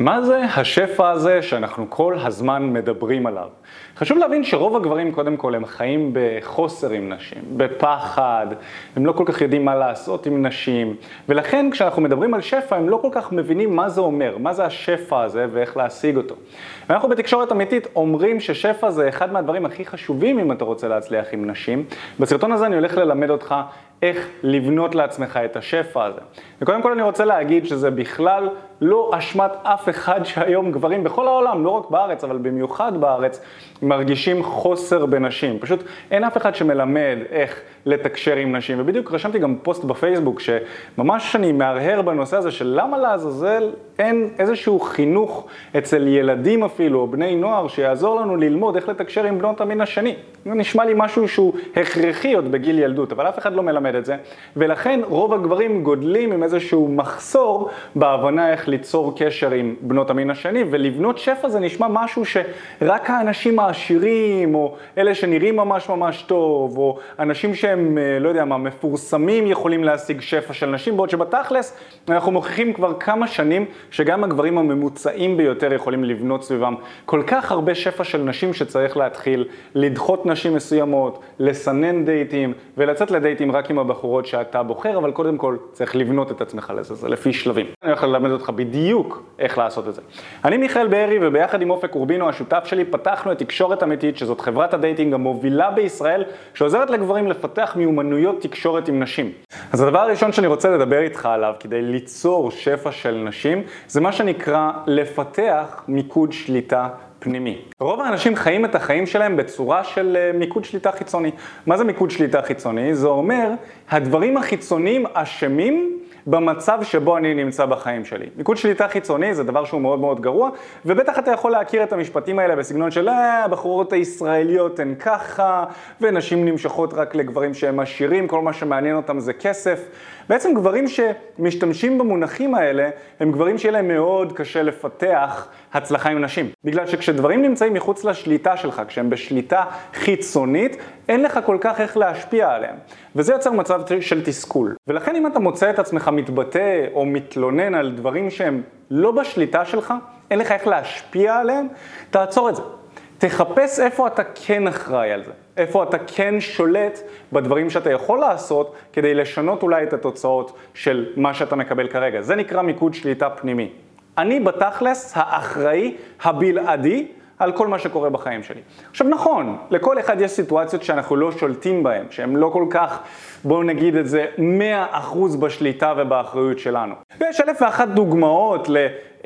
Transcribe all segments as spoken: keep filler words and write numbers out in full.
מה זה השפע הזה שאנחנו כל הזמן מדברים עליו? חשוב להבין שרוב הגברים קודם כל הם חיים בחוסר עם נשים, בפחד, הם לא כל כך יודעים מה לעשות עם נשים, ולכן כשאנחנו מדברים על שפע הם לא כל כך מבינים מה זה אומר, מה זה השפע הזה ואיך להשיג אותו. ואנחנו בתקשורת אמיתית אומרים ששפע זה אחד מהדברים הכי חשובים אם אתה רוצה להצליח עם נשים. בסרטון הזה אני הולך ללמד אותך איך לבנות לעצמך את השפע הזה. וקודם כל אני רוצה להגיד שזה בכלל לא אשמת אף אחד שהיום גברים בכל העולם, לא רק בארץ, אבל במיוחד בארץ, מרגישים חוסר בנשים. פשוט אין אף אחד שמלמד איך לתקשר עם נשים. ובדיוק רשמתי גם פוסט בפייסבוק שממש אני מהרהר בנושא הזה של למה לעזאזל אין איזשהו חינוך אצל ילדים אפילו, או בני נוער, שיעזור לנו ללמוד איך לתקשר עם בנות המין השני. נשמע לי משהו שהוא הכרחי עוד בגיל ילדות, אבל אף אחד לא מלמד את זה. ולכן רוב הגברים גודלים עם איזשהו מחסור בהבנה איך ליצור קשר עם בנות המין השני, ולבנות שפע זה נשמע משהו שרק האנשים העשירים, או אלה שנראים ממש ממש טוב, או אנשים שהם, לא יודע מה, מפורסמים יכולים להשיג שפע של נשים, בעוד שבתכלס אנחנו מוכיחים כבר כמה שנים שגם הגברים הממוצעים ביותר יכולים לבנות סביבם כל כך הרבה שפע של נשים שצריך להתחיל לדחות נשים מסוימות, לסנן דייטים ולצאת לדייטים רק עם הבחורות שאתה בוחר, אבל קודם כל צריך לבנות את עצמך לזה, זה לפי שלבים. אני הולך ללמד אותך בדיוק איך לעשות את זה. אני מיכאל בארי וביחד עם אופק קורבינו השותף שלי פתחנו את תקשורת אמיתית, שזאת חברת הדייטינג המובילה בישראל שעוזרת לגברים לפתח מיומנויות תקשורת עם נשים. אז הדבר הראשון שאני רוצה לדבר איתך עליו כדי ליצור שפע של נשים זה מה שנקרא לפתח מיקוד שליטה פנימי. רוב האנשים חיים את החיים שלהם בצורה של מיקוד שליטה חיצוני. מה זה מיקוד שליטה חיצוני? זה אומר הדברים החיצוניים אשמים במצב שבו אני נמצא בחיים שלי. מיקוד שליטה חיצוני זה דבר שהוא מאוד מאוד גרוע, ובטח אתה יכול להכיר את המשפטים האלה בסגנון של אה, הבחורות הישראליות הן ככה, ונשים נמשכות רק לגברים שהם עשירים, כל מה שמעניין אותם זה כסף. בעצם גברים שמשתמשים במונחים האלה, הם גברים שיהיה להם מאוד קשה לפתח הצלחה עם נשים. בגלל שכשדברים נמצאים מחוץ לשליטה שלך, כשהם בשליטה חיצונית, אין לך כל כך איך להשפיע עליהם. וזה יוצר מצב של תסכול. ולכן אם אתה מוצא את עצמך מתבטא או מתלונן על דברים שהם לא בשליטה שלך, אין לך איך להשפיע עליהם, תעצור את זה. תחפש איפה אתה כן אחראי על זה. איפה אתה כן שולט בדברים שאתה יכול לעשות כדי לשנות אולי את התוצאות של מה שאתה מקבל כרגע. זה נקרא מיקוד שליטה פנימי. אני בתכלס האחראי הבלעדי על כל מה שקורה בחיים שלי. עכשיו נכון, לכל אחד יש סיטואציות שאנחנו לא שולטים בהן, שהן לא כל כך, בואו נגיד את זה, מאה אחוז בשליטה ובאחריות שלנו. ויש אלף ואחת דוגמאות ל...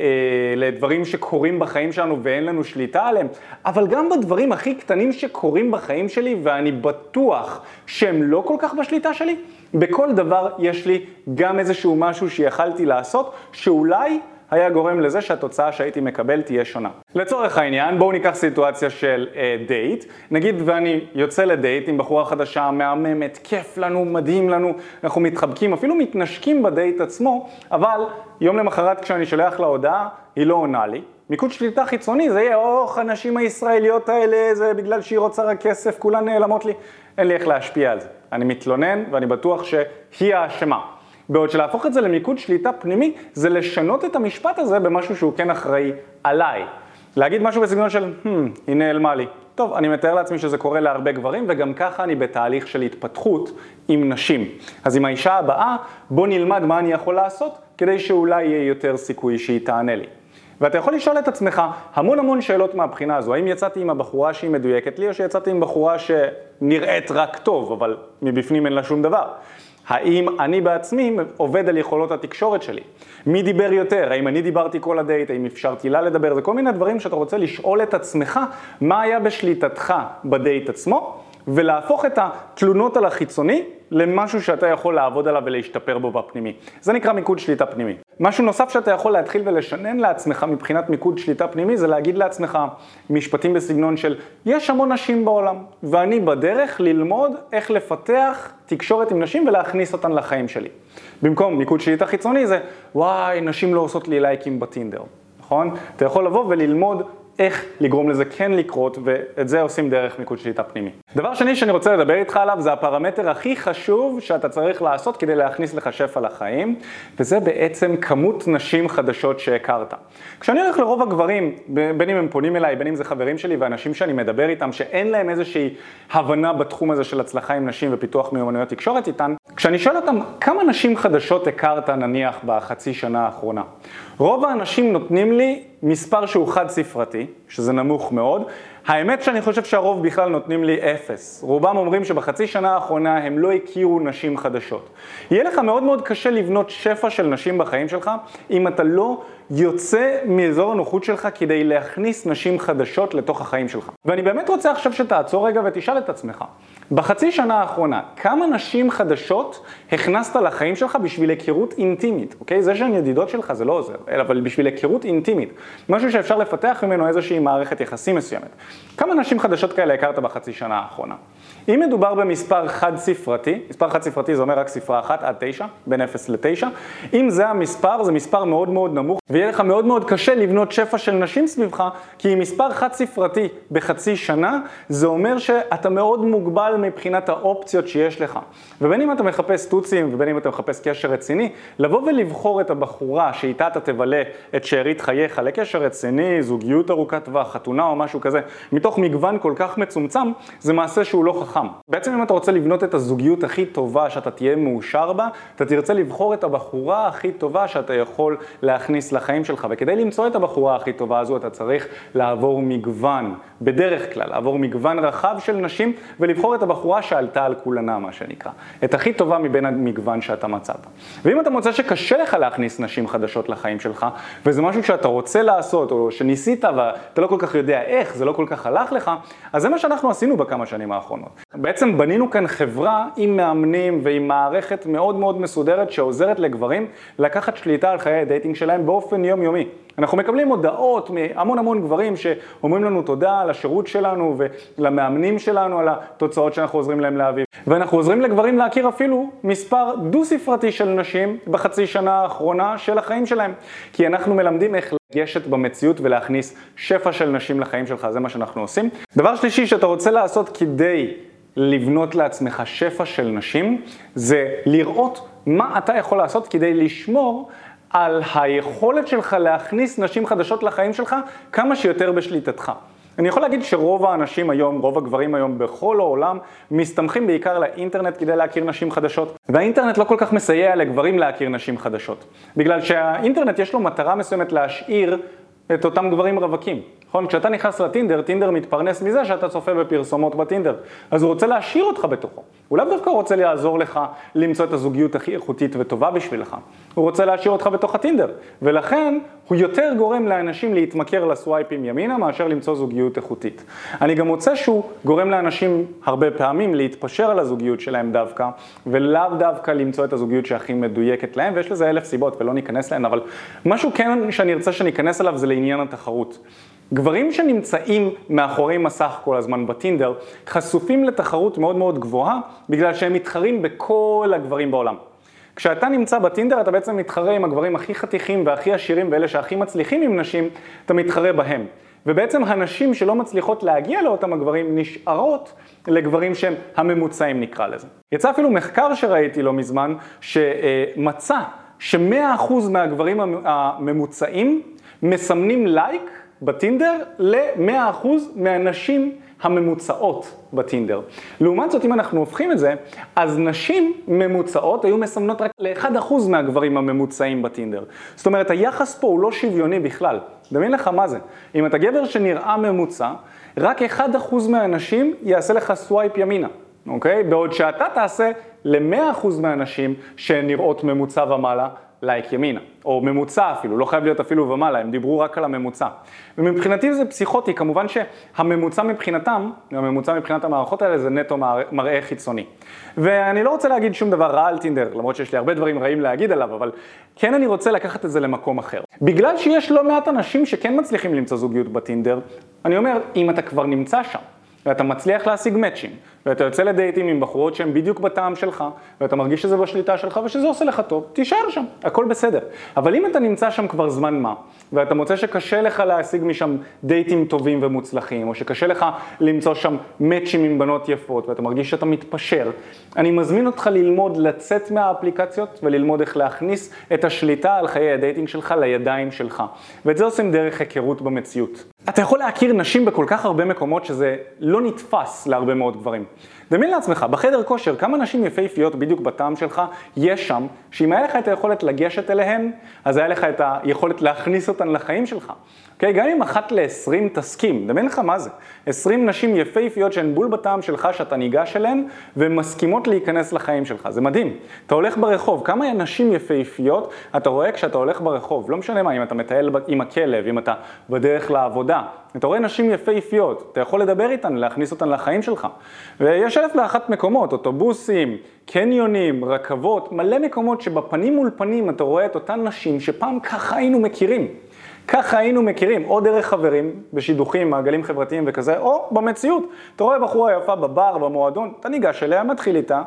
לדברים שקורים בחיים שלנו ואין לנו שליטה עליהם, אבל גם בדברים הכי קטנים שקורים בחיים שלי ואני בטוח שהם לא כל כך בשליטה שלי, בכל דבר יש לי גם איזשהו משהו שיכלתי לעשות שאולי היה גורם לזה שהתוצאה שהייתי מקבל תהיה שונה. לצורך העניין, בואו ניקח סיטואציה של אה, דייט. נגיד ואני יוצא לדייט עם בחורה חדשה, מהממת, כיף לנו, מדהים לנו, אנחנו מתחבקים, אפילו מתנשקים בדייט עצמו, אבל יום למחרת כשאני שולח לה הודעה, היא לא עונה לי. מיקוד שליטה חיצוני, זה יהיה, אוח, הנשים הישראליות האלה, זה בגלל שהיא רוצה רק כסף, כולן נעלמות לי. אין לי איך להשפיע על זה. אני מתלונן ואני בטוח שהיא האשמה. בעוד שלהפוך את זה למיקוד שליטה פנימי, זה לשנות את המשפט הזה במשהו שהוא כן אחראי עליי. להגיד משהו בסגנון של, hmm, היא נעלמה לי. טוב, אני מתאר לעצמי שזה קורה להרבה גברים, וגם ככה אני בתהליך של התפתחות עם נשים. אז עם האישה הבאה, בוא נלמד מה אני יכול לעשות, כדי שאולי יהיה יותר סיכוי שהיא תענה לי. ואתה יכול לשאול את עצמך המון המון שאלות מהבחינה הזו. האם יצאתי עם הבחורה שהיא מדויקת לי, או שיצאתי עם בחורה שנראית רק טוב, אבל מבפנים אין לה שום דבר? האם אני בעצמי עובד על יכולות התקשורת שלי? מי דיבר יותר? האם אני דיברתי כל הדייט? האם אפשרתי לה לדבר? זה כל מיני דברים שאתה רוצה לשאול את עצמך מה היה בשליטתך בדייט עצמו, ולהפוך את התלונות על החיצוני למשהו שאתה יכול לעבוד עליו ולהשתפר בו בפנימי. זה נקרא מיקוד שליטה פנימי. משהו נוסף שאתה יכול להתחיל ולשנן לעצמך מבחינת מיקוד שליטה פנימי, זה להגיד לעצמך משפטים בסגנון של יש המון נשים בעולם, ואני בדרך ללמוד איך לפתח תקשורת עם נשים ולהכניס אותן לחיים שלי. במקום מיקוד שליטה חיצוני זה, וואי, נשים לא עושות לי לייקים בטינדר, נכון? אתה יכול לבוא וללמוד איך לגרום לזה כן לקרות, ואת זה עושים דרך מיקוד שליטה פנימי. דבר שני שאני רוצה לדבר איתך עליו, זה הפרמטר הכי חשוב שאתה צריך לעשות כדי להכניס לך שפע לחיים, וזה בעצם כמות נשים חדשות שהכרת. כשאני הולך לרוב הגברים, בין אם הם פונים אליי, בין אם זה חברים שלי ואנשים שאני מדבר איתם, שאין להם איזושהי הבנה בתחום הזה של הצלחה עם נשים ופיתוח מיומנויות תקשורת איתן, כשאני שואל אותם כמה נשים חדשות הכרת נניח בחצי שנה האחרונה, רוב האנשים נותנים לי מספר שהוא חד ספרתי, שזה נמוך מאוד. האמת שאני חושב שהרוב בכלל נותנים לי אפס. רובם אומרים שבחצי שנה האחרונה הם לא הכירו נשים חדשות. יהיה לך מאוד מאוד קשה לבנות שפע של נשים בחיים שלך, אם אתה לא יוצא מאזור הנוחות שלך כדי להכניס נשים חדשות לתוך החיים שלך. ואני באמת רוצה עכשיו שתעצור רגע ותשאל את עצמך, בחצי שנה האחרונה, כמה נשים חדשות הכנסת לחיים שלך בשביל היכרות אינטימית, אוקיי? זה שהן ידידות שלך זה לא עוזר, אבל בשביל היכרות אינטימית, משהו שאפשר לפתח ממנו איזושהי מערכת יחסים מסוימת. כמה נשים חדשות כאלה הכרת בחצי שנה האחרונה? אם מדובר במספר חד ספרתי, מספר חד ספרתי זה אומר רק ספרה אחת עד תשע, בין אפס לתשע, אם זה המספר, זה מספר מאוד מאוד נמוך, ויהיה לך מאוד מאוד קשה לבנות שפע של נשים סביבך, כי עם מספר חד ספרתי בחצי שנה, זה אומר שאתה מאוד מוגבל מבחינת האופציות שיש לך. ובין אם אתה מחפש טוצים, ובין אם אתה מחפש קשר רציני, לבוא ולבחור את הבחורה שאיתה אתה תבלה את שארית חייך לקשר רציני, זוגיות ארוכת טווח, חתונה או משהו כזה, מתוך מגוון כל כך מצומצם, זה מעשה שהוא לא חכם. בעצם אם אתה רוצה לבנות את הזוגיות הכי טובה שאתה תהיה מאושר בה, אתה תרצה לבחור את הבחורה הכי טובה שאתה יכול להכניס לחיים שלך. וכדי למצוא את הבחורה הכי טובה הזו, אתה צריך לעבור מגוון, בדרך כלל, לעבור מגוון רחב של נשים, ולבחור את הבחורה שעלתה על כולנה, מה שנקרא. את הכי טובה מבין המגוון שאתה מצאת. ואם אתה מוצא שקשה לך להכניס נשים חדשות לחיים שלך, וזה משהו שאתה רוצה לעשות, או שניסית ואתה לא כל כך יודע איך, זה לא כל כך הלך לך, אז זה מה שאנחנו עשינו בכמה שנים האחרונות. בעצם בנינו כאן חברה עם מאמנים ועם מערכת מאוד מאוד מסודרת שעוזרת לגברים לקחת שליטה על חיי הדייטינג שלהם באופן יומיומי. אנחנו מקבלים הודעות מהמון המון גברים שאומרים לנו תודה על השירות שלנו ולמאמנים שלנו על התוצאות שאנחנו עוזרים להם להביא. ואנחנו עוזרים לגברים להכיר אפילו מספר דו-ספרתי של נשים בחצי שנה האחרונה של החיים שלהם. כי אנחנו מלמדים איך לגשת במציאות ולהכניס שפע של נשים לחיים שלך, זה מה שאנחנו עושים. דבר שלישי שאתה רוצה לעשות כדי לבנות לעצמך שפע של נשים, זה לראות מה אתה יכול לעשות כדי לשמור על היכולת שלך להכניס נשים חדשות לחיים שלך כמה שיותר בשליטתך. אני יכול להגיד שרוב האנשים היום, רוב הגברים היום בכל העולם, מסתמכים בעיקר לאינטרנט כדי להכיר נשים חדשות. והאינטרנט לא כל כך מסייע לגברים להכיר נשים חדשות. בגלל שהאינטרנט יש לו מטרה מסוימת להשאיר את אותם גברים רווקים. נכון? כשאתה נכנס לטינדר, טינדר מתפרנס מזה שאתה צופה בפרסומות בטינדר. אז הוא רוצה להשאיר אותך בתוכו. הוא לאו דווקא רוצה לעזור לך למצוא את הזוגיות הכי איכותית וטובה בשבילך. הוא רוצה להשאיר אותך בתוך הטינדר. ולכן הוא יותר גורם לאנשים להתמכר לסווייפים ימינה מאשר למצוא זוגיות איכותית. אני גם מוצא שהוא גורם לאנשים הרבה פעמים להתפשר על הזוגיות שלהם דווקא, ולאו דווקא למצוא את הזוגיות שהכי מדויקת להם, ויש לזה אלף סיבות ולא ניכנס להן, אבל משהו כן שאני ארצה שניכנס אליו זה לעניין התחרות. גברים שנמצאים מאחורי מסך כל הזמן בטינדר חשופים לתחרות מאוד מאוד גבוהה בגלל שהם מתחרים בכל הגברים בעולם. כשאתה נמצא בטינדר אתה בעצם מתחרה עם הגברים הכי חתיכים והכי עשירים ואלה שהכי מצליחים עם נשים, אתה מתחרה בהם. ובעצם הנשים שלא מצליחות להגיע לאותם הגברים נשארות לגברים שהם הממוצעים נקרא לזה. יצא אפילו מחקר שראיתי לא מזמן שמצא ש-מאה אחוז מהגברים הממוצעים מסמנים לייק בטינדר ל-מאה אחוז מהנשים הממוצעות בטינדר. לעומת זאת, אם אנחנו הופכים את זה, אז נשים ממוצעות היו מסמנות רק ל-אחד אחוז מהגברים הממוצעים בטינדר. זאת אומרת, היחס פה הוא לא שוויוני בכלל. דמיין לך מה זה. אם אתה גבר שנראה ממוצע, רק אחד אחוז מהאנשים יעשה לך סווייפ ימינה. אוקיי? בעוד שאתה תעשה ל-מאה אחוז מהאנשים שנראות ממוצע ומעלה, לייק ימינה, או ממוצע אפילו, לא חייב להיות אפילו ומעלה, הם דיברו רק על הממוצע. ומבחינתי זה פסיכוטי, כמובן שהממוצע מבחינתם, הממוצע מבחינת המערכות האלה זה נטו מראה חיצוני. ואני לא רוצה להגיד שום דבר רע על טינדר, למרות שיש לי הרבה דברים רעים להגיד עליו, אבל כן אני רוצה לקחת את זה למקום אחר. בגלל שיש לא מעט אנשים שכן מצליחים למצוא זוגיות בטינדר, אני אומר, אם אתה כבר נמצא שם, ואתה מצליח להשיג מאצ'ים, ואתה יוצא לדייטים עם בחורות שהן בדיוק בטעם שלך, ואתה מרגיש שזה בשליטה שלך ושזה עושה לך טוב, תישאר שם, הכל בסדר. אבל אם אתה נמצא שם כבר זמן מה, ואתה מוצא שקשה לך להשיג משם דייטים טובים ומוצלחים, או שקשה לך למצוא שם מאצ'ים עם בנות יפות, ואתה מרגיש שאתה מתפשר, אני מזמין אותך ללמוד לצאת מהאפליקציות, וללמוד איך להכניס את השליטה על חיי הדייטינג שלך לידיים שלך. ואת זה עושים דרך היכרות במציאות. אתה יכול להכיר נשים בכל כך הרבה מקומות שזה לא נתפס להרבה מאוד גברים. דמיין לעצמך, בחדר כושר, כמה נשים יפהפיות בדיוק בטעם שלך יש שם, שאם היה לך את היכולת לגשת אליהן, אז היה לך את היכולת להכניס אותן לחיים שלך. Okay, גם אם אחת ל-עשרים תסכים, דמיין לך מה זה. עשרים נשים יפהפיות שהן בול בטעם שלך שאתה ניגש אליהן, ומסכימות להיכנס לחיים שלך. זה מדהים. אתה הולך ברחוב, כמה נשים יפהפיות אתה רואה כשאתה הולך ברחוב. לא משנה מה, אם אתה מטייל עם הכלב, אם אתה בדרך לעבודה. אתה רואה נשים יפהפיות, אתה יכול לדבר איתן, להכניס אותן לחיים שלך. ויש אלף ואחת מקומות, אוטובוסים, קניונים, רכבות, מלא מקומות שבפנים מול פנים אתה רואה את אותן נשים שפעם ככה היינו מכירים. ככה היינו מכירים, או דרך חברים, בשידוכים, מעגלים חברתיים וכזה, או במציאות. אתה רואה בחורה יפה בבר, במועדון, אתה ניגש אליה, מתחיל איתה,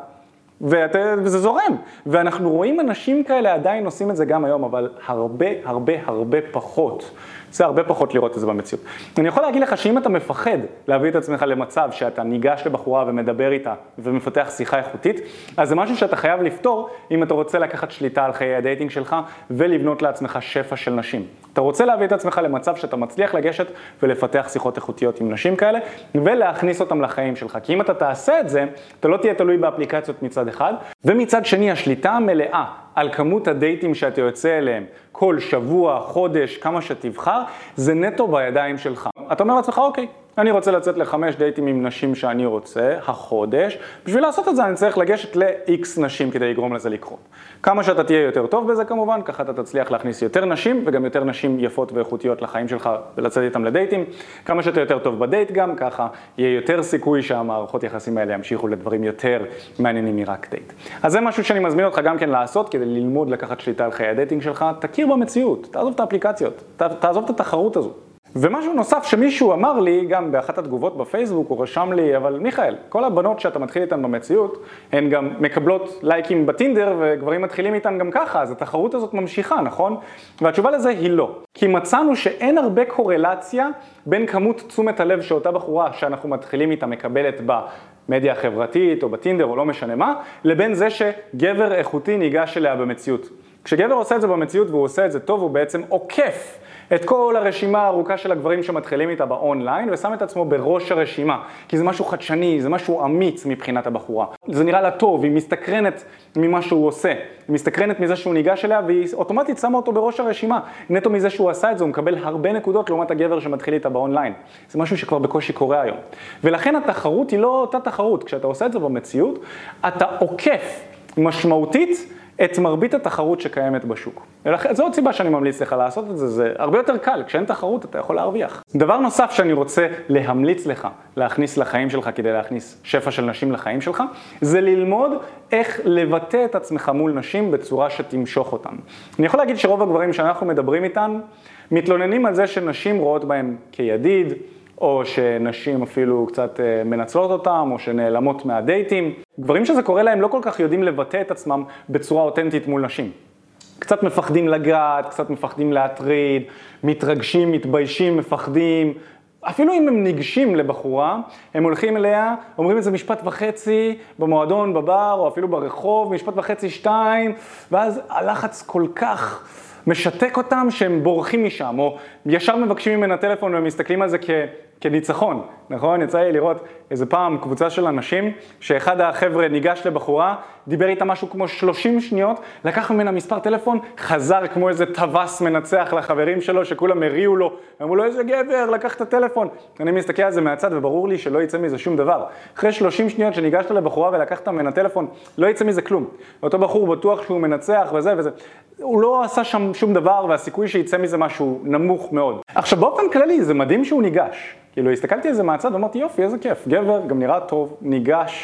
ואת, וזה זורם. ואנחנו רואים אנשים כאלה עדיין עושים את זה גם היום, אבל הרבה, הרבה, הרבה פחות. זה הרבה פחות לראות את זה במציאות. אני יכול להגיד לך שאם אתה מפחד להביא את עצמך למצב שאתה ניגש לבחורה ומדבר איתה ומפתח שיחה איכותית, אז זה משהו שאתה חייב לפתור אם אתה רוצה לקחת שליטה על חיי הדייטינג שלך ולבנות לעצמך שפע של נשים. אתה רוצה להביא את עצמך למצב שאתה מצליח לגשת ולפתח שיחות איכותיות עם נשים כאלה ולהכניס אותם לחיים שלך. כי אם אתה תעשה את זה, אתה לא תהיה תלוי באפליקציות מצד אחד, ומצד שני השליטה המלאה על כמות הדייטים שאתה יוצא אליהם כל שבוע, חודש, כמה שתבחר, זה נטו בידיים שלך. אתה אומר לעצמך, אוקיי, אני רוצה לצאת לחמש דייטים עם נשים שאני רוצה, החודש. בשביל לעשות את זה אני צריך לגשת ל-X נשים כדי לגרום לזה לקרות. כמה שאתה תהיה יותר טוב בזה כמובן, ככה אתה תצליח להכניס יותר נשים, וגם יותר נשים יפות ואיכותיות לחיים שלך ולצאת איתם לדייטים. כמה שאתה יותר טוב בדייט גם, ככה יהיה יותר סיכוי שהמערכות יחסים האלה ימשיכו לדברים יותר מעניינים מרק דייט. אז זה משהו שאני מזמין אותך גם כן לעשות, כדי ללמוד לקחת שליטה על חיי הדייטינג שלך. תכיר במציאות, תעזוב את האפליקציות, תעזוב את התחרות הזו. ומשהו נוסף שמישהו אמר לי, גם באחת התגובות בפייסבוק, הוא רשם לי, אבל מיכאל, כל הבנות שאתה מתחיל איתן במציאות, הן גם מקבלות לייקים בטינדר, וגברים מתחילים איתן גם ככה, אז התחרות הזאת ממשיכה, נכון? והתשובה לזה היא לא. כי מצאנו שאין הרבה קורלציה בין כמות תשומת הלב שאותה בחורה שאנחנו מתחילים איתה מקבלת במדיה החברתית, או בטינדר, או לא משנה מה, לבין זה שגבר איכותי ניגש אליה במציאות. כשגבר עושה את זה במציאות והוא עושה את זה טוב, הוא בעצם עוקף את כל הרשימה הארוכה של הגברים שמתחילים איתה באונליין, ושם את עצמו בראש הרשימה. כי זה משהו חדשני, זה משהו אמיץ מבחינת הבחורה. זה נראה לה טוב, היא מסתקרנת ממה שהוא עושה. היא מסתקרנת מזה שהוא ניגש אליה, והיא אוטומטית שמה אותו בראש הרשימה. נטו מזה שהוא עשה את זה, הוא מקבל הרבה נקודות לעומת הגבר שמתחיל איתה באונליין. זה משהו שכבר בקושי קורה היום. ולכן התחרות היא לא אותה תחרות. כשאתה עושה את זה במציאות, אתה עוקף משמעותית את מרבית התחרות שקיימת בשוק. ולכן, זו עוד סיבה שאני ממליץ לך לעשות את זה, זה הרבה יותר קל, כשאין תחרות אתה יכול להרוויח. דבר נוסף שאני רוצה להמליץ לך, להכניס לחיים שלך כדי להכניס שפע של נשים לחיים שלך, זה ללמוד איך לבטא את עצמך מול נשים בצורה שתמשוך אותן. אני יכול להגיד שרוב הגברים שאנחנו מדברים איתן, מתלוננים על זה שנשים רואות בהם כידיד, או שנשים אפילו קצת מנצלות אותם, או שנעלמות מהדייטים. גברים שזה קורה להם לא כל כך יודעים לבטא את עצמם בצורה אותנטית מול נשים. קצת מפחדים לגעת, קצת מפחדים להטריד, מתרגשים, מתביישים, מפחדים. אפילו אם הם ניגשים לבחורה, הם הולכים אליה, אומרים את זה משפט וחצי במועדון, בבר, או אפילו ברחוב, משפט וחצי, שתיים, ואז הלחץ כל כך משתק אותם שהם בורחים משם, או ישר מבקשים ממנה טלפון ומסתכלים על זה כ... כניצחון, נכון? יצא לי לראות איזה פעם קבוצה של אנשים, שאחד החבר'ה ניגש לבחורה, דיבר איתה משהו כמו שלושים שניות, לקח ממנה מספר טלפון, חזר כמו איזה טווס מנצח לחברים שלו, שכולם הריעו לו, אמרו לו איזה גבר, לקח את הטלפון. אני מסתכל על זה מהצד וברור לי שלא יצא מזה שום דבר. אחרי שלושים שניות שניגשת לבחורה ולקחת ממנה טלפון, לא יצא מזה כלום. אותו בחור בטוח שהוא מנצח וזה וזה. הוא לא עשה שם שום דבר, והסיכוי שיצא מזה משהו נמוך מאוד. עכשיו, באופן כללי, זה מדהים שהוא ניגש. כאילו, הסתכלתי על זה מהצד ואמרתי, יופי, איזה כיף. גבר, גם נראה טוב, ניגש,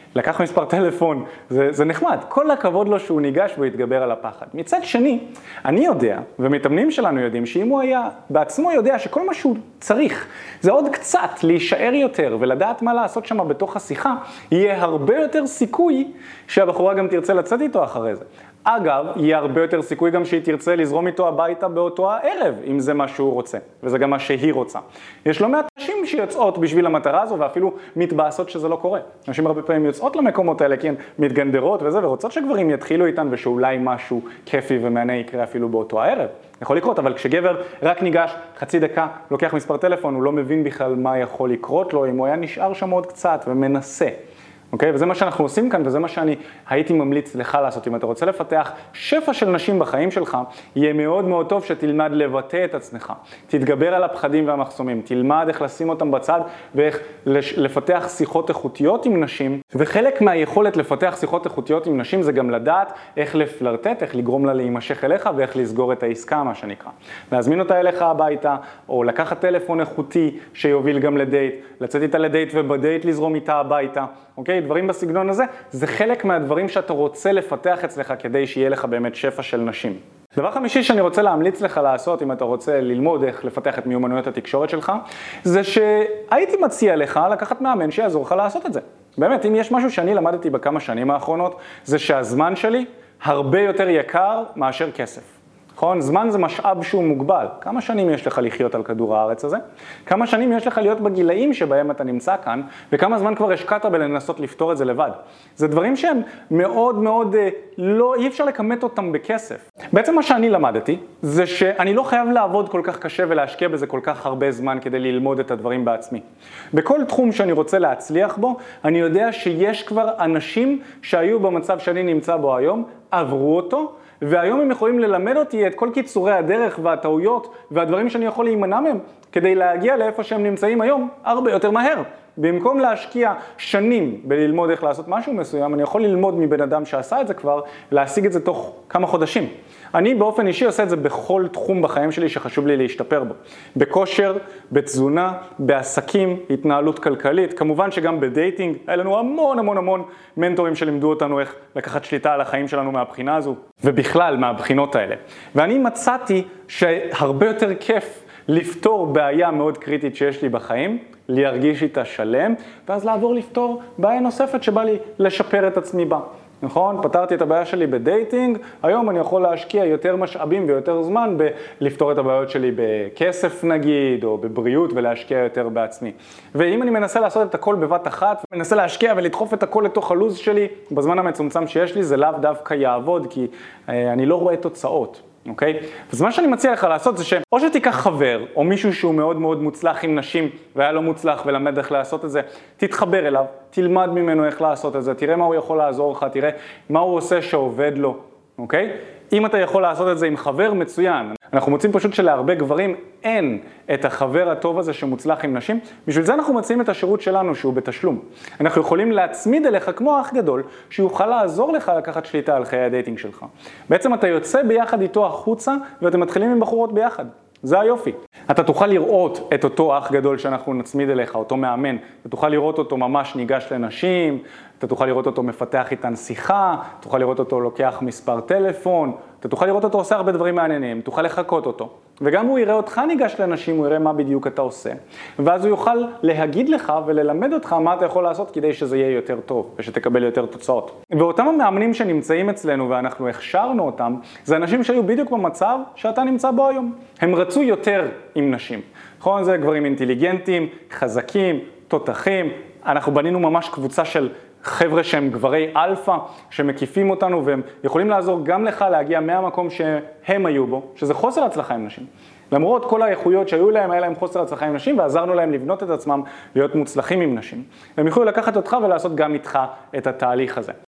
לקח מספר טלפון, זה, זה נחמד. כל הכבוד לו שהוא ניגש והוא יתגבר על הפחד. מצד שני, אני יודע, ומתאמנים שלנו יודעים, שאם הוא היה בעצמו יודע שכל מה שהוא צריך, זה עוד קצת להישאר יותר ולדעת מה לעשות שם בתוך השיחה, יהיה הרבה יותר סיכוי שהבחורה גם תרצה לצאת איתו אחרי זה. אגב, יהיה הרבה יותר סיכוי גם שהיא תרצה לזרום איתו הביתה באותו הערב, אם זה מה שהוא רוצה, וזה גם מה שהיא רוצה. יש לא מעט נשים שיוצאות בשביל המטרה הזו, ואפילו מתבאסות שזה לא קורה. נשים הרבה פעמים יוצאות למקומות האלה, כי הן מתגנדרות וזה, ורוצות שגברים יתחילו איתן, ושאולי משהו כיפי ומענה יקרה אפילו באותו הערב. יכול לקרות, אבל כשגבר רק ניגש חצי דקה, לוקח מספר טלפון, הוא לא מבין בכלל מה יכול לקרות לו, אם הוא היה נשאר שם עוד קצת ומנסה. אוקיי? וזה מה שאנחנו עושים כאן, וזה מה שאני הייתי ממליץ לך לעשות. אם אתה רוצה לפתח שפע של נשים בחיים שלך, יהיה מאוד מאוד טוב שתלמד לבטא את עצמך. תתגבר על הפחדים והמחסומים, תלמד איך לשים אותם בצד, ואיך לפתח שיחות איכותיות עם נשים. וחלק מהיכולת לפתח שיחות איכותיות עם נשים, זה גם לדעת איך לפלרטט, איך לגרום לה להימשך אליך, ואיך לסגור את העסקה, מה שנקרא. להזמין אותה אליך הביתה, או לקחת טלפון איכותי שיוביל גם לדייט, לצאת איתה לדייט ובדייט לזרום איתה הביתה. אוקיי? דברים בסגנון הזה, זה חלק מהדברים שאתה רוצה לפתח אצלך כדי שיהיה לך באמת שפע של נשים. דבר חמישי שאני רוצה להמליץ לך לעשות, אם אתה רוצה ללמוד איך לפתח את מיומנויות התקשורת שלך, זה שהייתי מציע לך לקחת מאמן שיעזור לך לעשות את זה. באמת, אם יש משהו שאני למדתי בכמה שנים האחרונות, זה שהזמן שלי הרבה יותר יקר מאשר כסף. נכון? זמן זה משאב שהוא מוגבל. כמה שנים יש לך לחיות על כדור הארץ הזה? כמה שנים יש לך להיות בגילאים שבהם אתה נמצא כאן, וכמה זמן כבר השקעת בלנסות לפתור את זה לבד? זה דברים שהם מאוד מאוד, לא, אי אפשר לכמת אותם בכסף. בעצם מה שאני למדתי, זה שאני לא חייב לעבוד כל כך קשה ולהשקיע בזה כל כך הרבה זמן כדי ללמוד את הדברים בעצמי. בכל תחום שאני רוצה להצליח בו, אני יודע שיש כבר אנשים שהיו במצב שאני נמצא בו היום, עברו אותו, והיום הם יכולים ללמד אותי את כל קיצורי הדרך והטעויות והדברים שאני יכול להימנע מהם כדי להגיע לאיפה שהם נמצאים היום הרבה יותר מהר. במקום להשקיע שנים בללמוד איך לעשות משהו מסוים, אני יכול ללמוד מבן אדם שעשה את זה כבר, להשיג את זה תוך כמה חודשים. אני באופן אישי עושה את זה בכל תחום בחיים שלי שחשוב לי להשתפר בו. בכושר, בתזונה, בעסקים, התנהלות כלכלית, כמובן שגם בדייטינג, היה לנו המון המון המון מנטורים שלימדו אותנו איך לקחת שליטה על החיים שלנו מהבחינה הזו, ובכלל מהבחינות האלה. ואני מצאתי שהרבה יותר כיף לפתור בעיה מאוד קריטית שיש לי בחיים, להרגיש איתה שלם, ואז לעבור לפתור בעיה נוספת שבא לי לשפר את עצמי בה. נכון? פתרתי את הבעיה שלי בדייטינג, היום אני יכול להשקיע יותר משאבים ויותר זמן בלפתור את הבעיות שלי בכסף נגיד, או בבריאות ולהשקיע יותר בעצמי. ואם אני מנסה לעשות את הכל בבת אחת, מנסה להשקיע ולדחוף את הכל לתוך הלוז שלי, בזמן המצומצם שיש לי, זה לאו דווקא יעבוד, כי אה, אני לא רואה תוצאות. אוקיי? אז מה שאני מציע לך לעשות זה שאו שתיקח חבר, או מישהו שהוא מאוד מאוד מוצלח עם נשים, והיה לא מוצלח ולמד איך לעשות את זה, תתחבר אליו, תלמד ממנו איך לעשות את זה, תראה מה הוא יכול לעזור לך, תראה מה הוא עושה שעובד לו, אוקיי? אם אתה יכול לעשות את זה עם חבר מצוין, אנחנו מוצאים פשוט שלהרבה גברים אין את החבר הטוב הזה שמוצלח עם נשים, בשביל זה אנחנו מציעים את השירות שלנו שהוא בתשלום. אנחנו יכולים להצמיד אליך כמו אח גדול, שיוכל לעזור לך לקחת שליטה על חיי הדייטינג שלך. בעצם אתה יוצא ביחד איתו החוצה, ואתם מתחילים עם בחורות ביחד. זה היופי. אתה תוכל לראות את אותו אח גדול שאנחנו נצמיד אליך, אותו מאמן. אתה תוכל לראות אותו ממש ניגש לנשים, אתה תוכל לראות אותו מפתח איתן שיחה, תוכל לראות אותו לוקח מספר טלפון, אתה תוכל לראות אותו עושה הרבה דברים מעניינים, תוכל לחכות אותו. וגם הוא יראה אותך ניגש לנשים, הוא יראה מה בדיוק אתה עושה. ואז הוא יוכל להגיד לך וללמד אותך מה אתה יכול לעשות כדי שזה יהיה יותר טוב ושתקבל יותר תוצאות. ואותם המאמנים שנמצאים אצלנו ואנחנו הכשרנו אותם, זה אנשים שהיו בדיוק במצב שאתה נמצא בו היום. הם רצו יותר עם נשים. נכון? זה גברים אינטליגנטים, חזקים, תותחים. אנחנו בנינו ממש קבוצה של חבר'ה שהם גברי אלפא, שמקיפים אותנו והם יכולים לעזור גם לך להגיע מהמקום שהם היו בו, שזה חוסר הצלחה עם נשים. למרות כל האיכויות שהיו להם, היה להם חוסר הצלחה עם נשים, ועזרנו להם לבנות את עצמם להיות מוצלחים עם נשים. הם יכולים לקחת אותך ולעשות גם איתך את התהליך הזה.